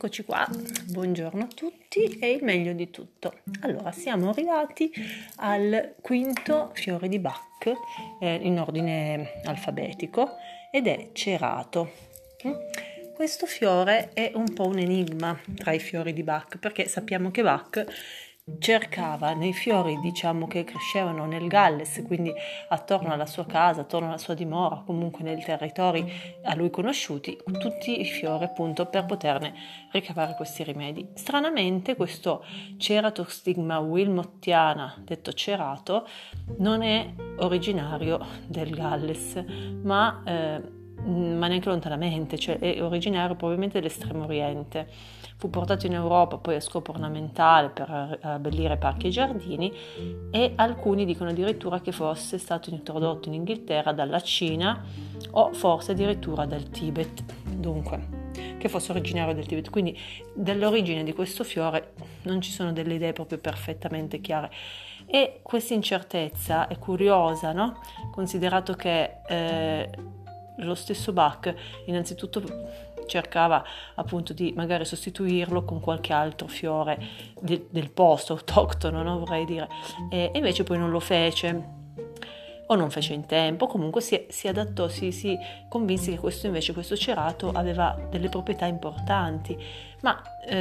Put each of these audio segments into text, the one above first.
Eccoci qua, buongiorno a tutti e il meglio di tutto. Allora, siamo arrivati al quinto fiore di Bach in ordine alfabetico ed è Cerato. Questo fiore è un po' un enigma tra i fiori di Bach, perché sappiamo che Bach cercava nei fiori, diciamo, che crescevano nel Galles, quindi attorno alla sua casa, attorno alla sua dimora, comunque nei territori a lui conosciuti, tutti i fiori appunto per poterne ricavare questi rimedi. Stranamente questo Ceratostigma wilmottiana, detto cerato, non è originario del Galles, ma neanche lontanamente, cioè è originario probabilmente dell'estremo oriente. Fu portato in Europa poi a scopo ornamentale per abbellire parchi e giardini, e alcuni dicono addirittura che fosse stato introdotto in Inghilterra dalla Cina o forse addirittura dal Tibet, dunque che fosse originario del Tibet. Quindi dell'origine di questo fiore non ci sono delle idee proprio perfettamente chiare. E questa incertezza è curiosa, no? Considerato che lo stesso Bach innanzitutto cercava appunto di magari sostituirlo con qualche altro fiore del posto, autoctono, no? Vorrei dire, e invece poi non lo fece o non fece in tempo. Comunque si adattò, si convinse che questo cerato aveva delle proprietà importanti, ma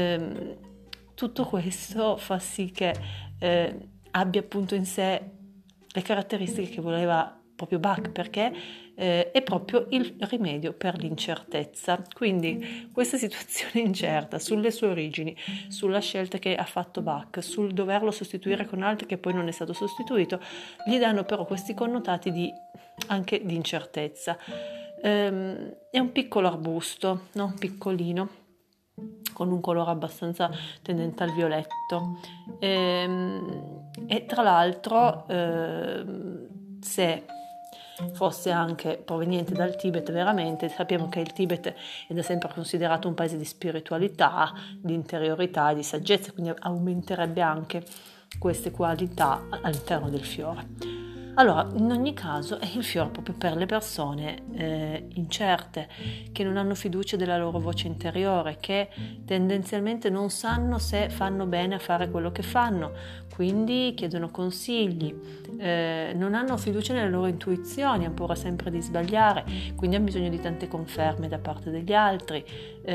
tutto questo fa sì che abbia appunto in sé le caratteristiche che voleva proprio Bach, perché è proprio il rimedio per l'incertezza. Quindi questa situazione incerta sulle sue origini, sulla scelta che ha fatto Bach, sul doverlo sostituire con altri che poi non è stato sostituito, gli danno però questi connotati anche di incertezza. È un piccolo arbusto, no? Piccolino, con un colore abbastanza tendente al violetto, e tra l'altro se fosse anche proveniente dal Tibet, veramente sappiamo che il Tibet è da sempre considerato un paese di spiritualità, di interiorità e di saggezza, quindi aumenterebbe anche queste qualità all'interno del fiore. Allora, in ogni caso è il fiore proprio per le persone incerte, che non hanno fiducia della loro voce interiore, che tendenzialmente non sanno se fanno bene a fare quello che fanno, quindi chiedono consigli, non hanno fiducia nelle loro intuizioni, hanno paura sempre di sbagliare, quindi hanno bisogno di tante conferme da parte degli altri,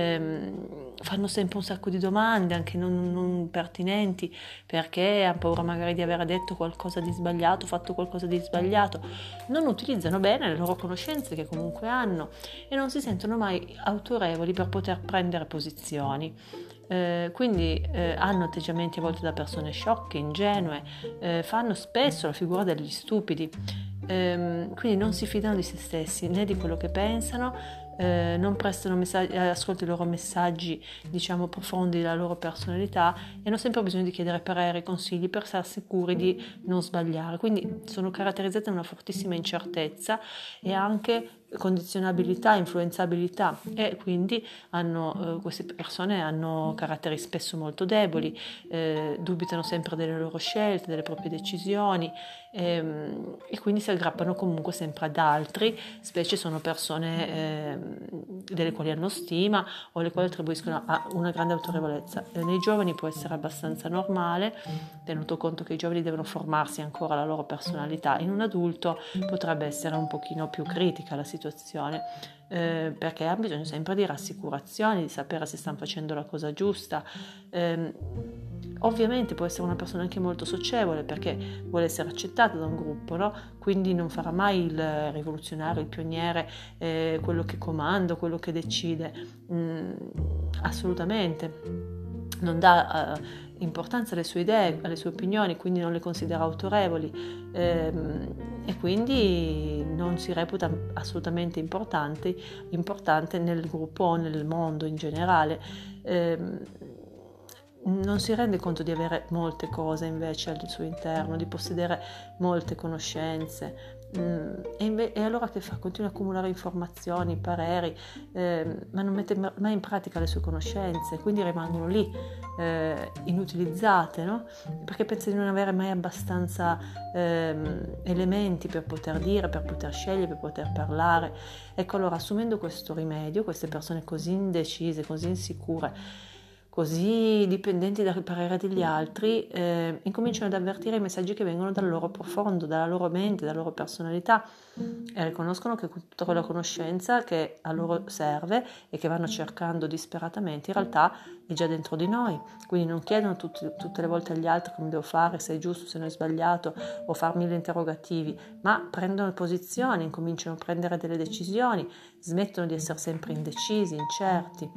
fanno sempre un sacco di domande anche non pertinenti, perché hanno paura magari di aver detto qualcosa di sbagliato, fatto qualcosa di sbagliato, non utilizzano bene le loro conoscenze che comunque hanno e non si sentono mai autorevoli per poter prendere posizioni. Quindi hanno atteggiamenti a volte da persone sciocche, ingenue, fanno spesso la figura degli stupidi, quindi non si fidano di se stessi né di quello che pensano, non prestano ascolto ai loro messaggi, diciamo, profondi della loro personalità, e hanno sempre bisogno di chiedere pareri, consigli per stare sicuri di non sbagliare. Quindi sono caratterizzate da una fortissima incertezza e anche condizionabilità, influenzabilità, e quindi queste persone hanno caratteri spesso molto deboli, dubitano sempre delle loro scelte, delle proprie decisioni, e quindi si aggrappano comunque sempre ad altri, specie sono persone delle quali hanno stima o le quali attribuiscono a una grande autorevolezza. Nei giovani può essere abbastanza normale, tenuto conto che i giovani devono formarsi ancora la loro personalità. In un adulto potrebbe essere un pochino più critica la situazione, perché ha bisogno sempre di rassicurazioni, di sapere se stanno facendo la cosa giusta. Ovviamente può essere una persona anche molto socievole, perché vuole essere accettata da un gruppo, no? Quindi non farà mai il rivoluzionario, il pioniere, quello che comanda, quello che decide, assolutamente. Non dà importanza alle sue idee, alle sue opinioni, quindi non le considera autorevoli, e quindi non si reputa assolutamente importante nel gruppo o nel mondo in generale. Non si rende conto di avere molte cose invece al suo interno, di possedere molte conoscenze, e allora che fa? Continua a accumulare informazioni, pareri, ma non mette mai in pratica le sue conoscenze, quindi rimangono lì inutilizzate, no? Perché pensa di non avere mai abbastanza elementi per poter dire, per poter scegliere, per poter parlare. Ecco, allora, assumendo questo rimedio, queste persone così indecise, così insicure, così dipendenti dal parere degli altri, incominciano ad avvertire i messaggi che vengono dal loro profondo, dalla loro mente, dalla loro personalità, e riconoscono che tutta quella conoscenza che a loro serve e che vanno cercando disperatamente in realtà è già dentro di noi. Quindi non chiedono tutte le volte agli altri come devo fare, se è giusto, se non è sbagliato, o far mille interrogativi, ma prendono posizioni, incominciano a prendere delle decisioni, smettono di essere sempre indecisi, incerti,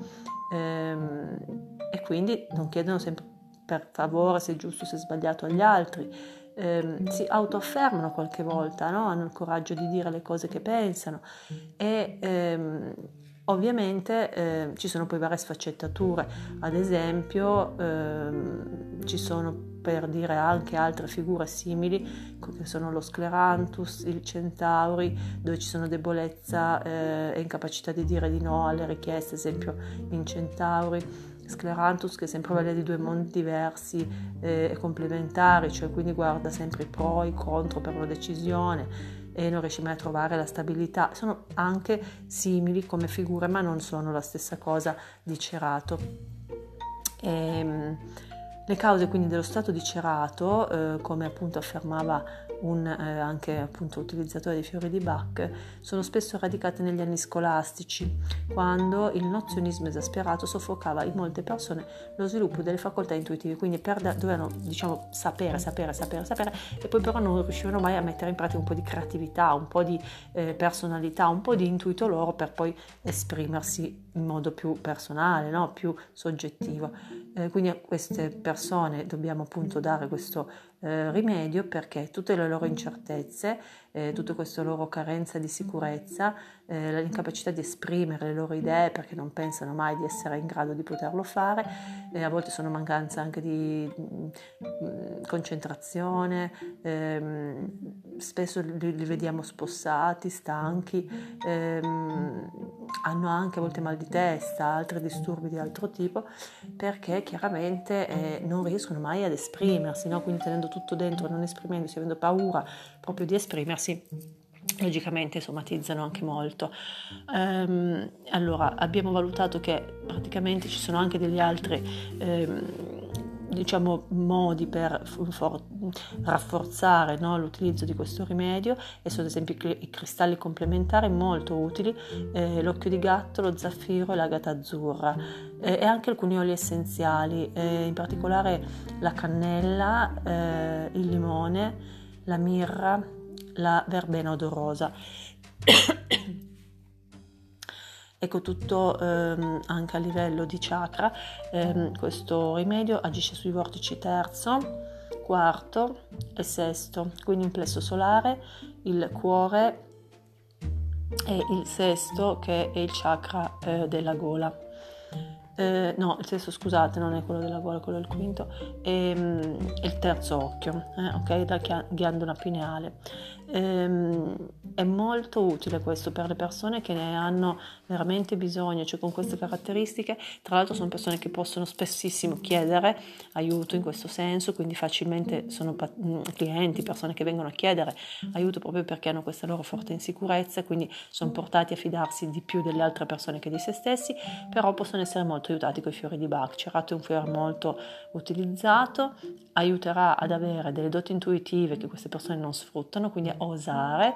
e quindi non chiedono sempre per favore se è giusto, se è sbagliato agli altri, si autoaffermano qualche volta, no? Hanno il coraggio di dire le cose che pensano, e ovviamente ci sono poi varie sfaccettature. Ad esempio ci sono, per dire anche altre figure simili, che sono lo Scleranthus, il Centauri, dove ci sono debolezza e incapacità di dire di no alle richieste, ad esempio in Centauri. Scleranthus che sempre vede di due mondi diversi e complementari, cioè quindi guarda sempre i pro e i contro per una decisione e non riesce mai a trovare la stabilità. Sono anche simili come figure, ma non sono la stessa cosa di Cerato. Le cause quindi dello stato di Cerato, come appunto affermava un anche appunto utilizzatore dei fiori di Bach, sono spesso radicate negli anni scolastici, quando il nozionismo esasperato soffocava in molte persone lo sviluppo delle facoltà intuitive, quindi dovevano sapere e poi però non riuscivano mai a mettere in pratica un po' di creatività, un po' di personalità, un po' di intuito loro per poi esprimersi in modo più personale, no? Più soggettivo. Quindi a queste persone dobbiamo appunto dare questo rimedio, perché tutte le loro incertezze, tutte queste loro carenze di sicurezza, l'incapacità di esprimere le loro idee perché non pensano mai di essere in grado di poterlo fare, a volte sono mancanza anche di concentrazione, spesso li vediamo spossati, stanchi, hanno anche a volte mal di testa, altri disturbi di altro tipo, perché chiaramente non riescono mai ad esprimersi, no? Quindi tenendo tutto dentro, non esprimendosi, avendo paura proprio di esprimersi, logicamente somatizzano anche molto. Allora abbiamo valutato che praticamente ci sono anche degli altri modi per rafforzare, no, l'utilizzo di questo rimedio, e sono ad esempio i cristalli complementari molto utili, l'occhio di gatto, lo zaffiro e l'agata azzurra, e anche alcuni oli essenziali, in particolare la cannella, il limone, la mirra, la verbena odorosa. Ecco, tutto anche a livello di chakra, questo rimedio agisce sui vortici terzo, quarto e sesto, quindi il plesso solare, il cuore e il sesto, che è il chakra della gola. No, il sesto, scusate, non è quello della gola, quello è il quinto, è il terzo occhio, ok, la ghiandola pineale. È molto utile questo per le persone che ne hanno veramente bisogno, cioè con queste caratteristiche. Tra l'altro sono persone che possono spessissimo chiedere aiuto in questo senso, quindi facilmente sono clienti, persone che vengono a chiedere aiuto proprio perché hanno questa loro forte insicurezza, quindi sono portati a fidarsi di più delle altre persone che di se stessi, però possono essere molto aiutati con i fiori di Bach. Cerato è un fiore molto utilizzato, aiuterà ad avere delle doti intuitive che queste persone non sfruttano, quindi a osare,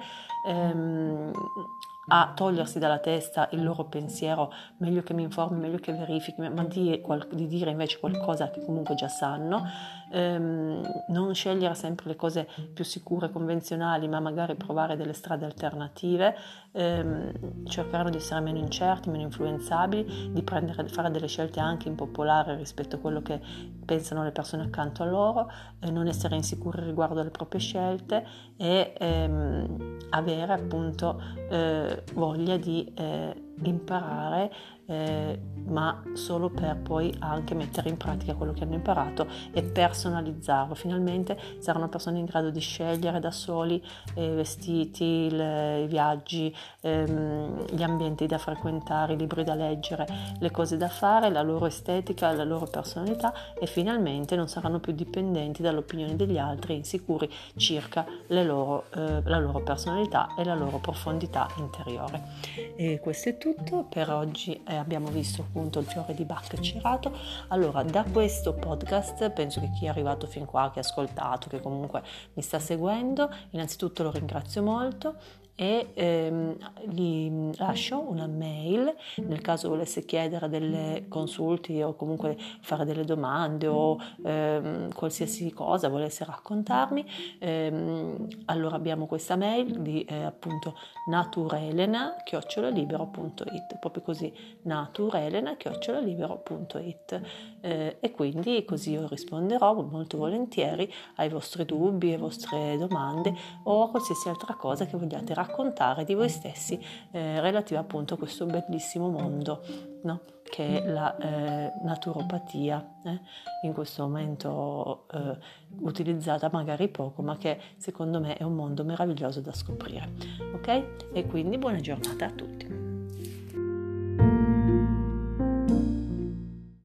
a togliersi dalla testa il loro pensiero meglio che mi informi, meglio che verifichi, ma di dire invece qualcosa che comunque già sanno, non scegliere sempre le cose più sicure, convenzionali, ma magari provare delle strade alternative, cercare di essere meno incerti, meno influenzabili, di fare delle scelte anche impopolari rispetto a quello che pensano le persone accanto a loro, non essere insicuri riguardo alle proprie scelte, e avere appunto voglia di imparare, ma solo per poi anche mettere in pratica quello che hanno imparato e personalizzarlo. Finalmente saranno persone in grado di scegliere da soli i vestiti, i viaggi, gli ambienti da frequentare, i libri da leggere, le cose da fare, la loro estetica, la loro personalità, e finalmente non saranno più dipendenti dall'opinione degli altri, insicuri circa la loro personalità e la loro profondità interiore. E questo è tutto per oggi. Abbiamo visto appunto il fiore di Bach cerato. Allora, da questo podcast penso che chi è arrivato fin qua, che ha ascoltato, che comunque mi sta seguendo, innanzitutto lo ringrazio molto e gli lascio una mail nel caso volesse chiedere delle consulti o comunque fare delle domande o qualsiasi cosa volesse raccontarmi. Allora abbiamo questa mail di appunto naturelena@libero.it, proprio così, naturelena@libero.it, e quindi così io risponderò molto volentieri ai vostri dubbi, alle vostre domande o a qualsiasi altra cosa che vogliate raccontare di voi stessi relativa appunto a questo bellissimo mondo, no? Che è la naturopatia, in questo momento utilizzata magari poco, ma che secondo me è un mondo meraviglioso da scoprire. Ok? E quindi buona giornata a tutti.